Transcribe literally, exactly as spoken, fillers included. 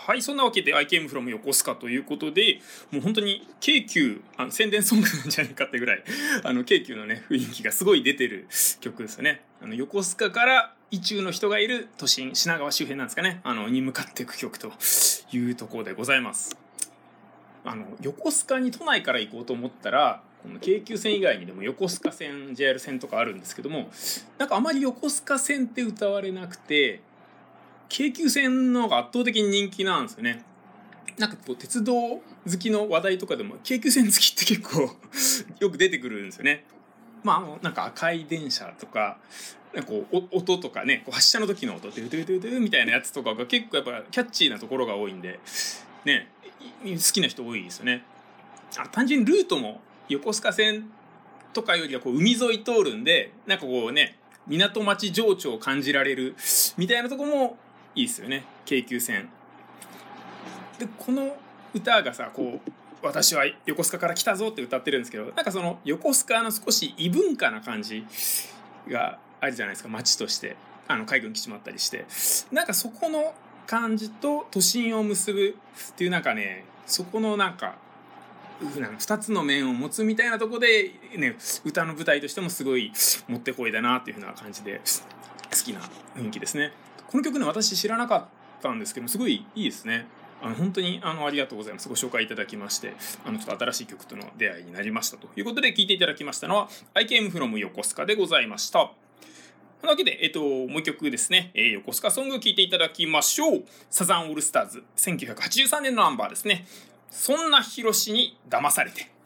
はい、そんなわけで I came from 横須賀ということで、もう本当に京急あの宣伝ソングなんじゃないかってぐらいあの京急のね雰囲気がすごい出てる曲ですよね。あの横須賀から意中の人がいる都心品川周辺なんですかね、あのに向かっていく曲というところでございます。あの横須賀に都内から行こうと思ったら、この京急線以外にでも横須賀線 ジェイアール 線とかあるんですけども、なんかあまり横須賀線って歌われなくて、京急線の方が圧倒的に人気なんですよね。なんかこう鉄道好きの話題とかでも京急線好きって結構よく出てくるんですよね。まあなんか赤い電車とか、なんかこう音とかね、こう発車の時の音ドゥドゥドゥドゥみたいなやつとかが結構やっぱキャッチーなところが多いんでね、好きな人多いですよね。あ、単純にルートも横須賀線とかよりはこう海沿い通るんで、なんかこうね、港町情緒を感じられるみたいなとこもいいですよね、京急線で。この歌がさ、こう私は横須賀から来たぞって歌ってるんですけど、なんかその横須賀の少し異文化な感じがあるじゃないですか、街としてあの海軍基地もあったりして、なんかそこの感じと都心を結ぶっていうなんかね、そこのなんかふたつの面を持つみたいなところで、ね、歌の舞台としてもすごいもってこいだなっていう風な感じで好きな雰囲気ですね。この曲ね、私知らなかったんですけどすごいいいですね。あの本当にあのありがとうございます。ご紹介いただきまして、あのちょっと新しい曲との出会いになりましたということで、聴いていただきましたのは I came from 横須賀でございました。というわけで、えっと、もう一曲ですね、えー、横須賀ソング聴いていただきましょう。サザンオールスターズせんきゅうひゃくはちじゅうさんねんのナンバーですね。そんなヒロシに騙されて。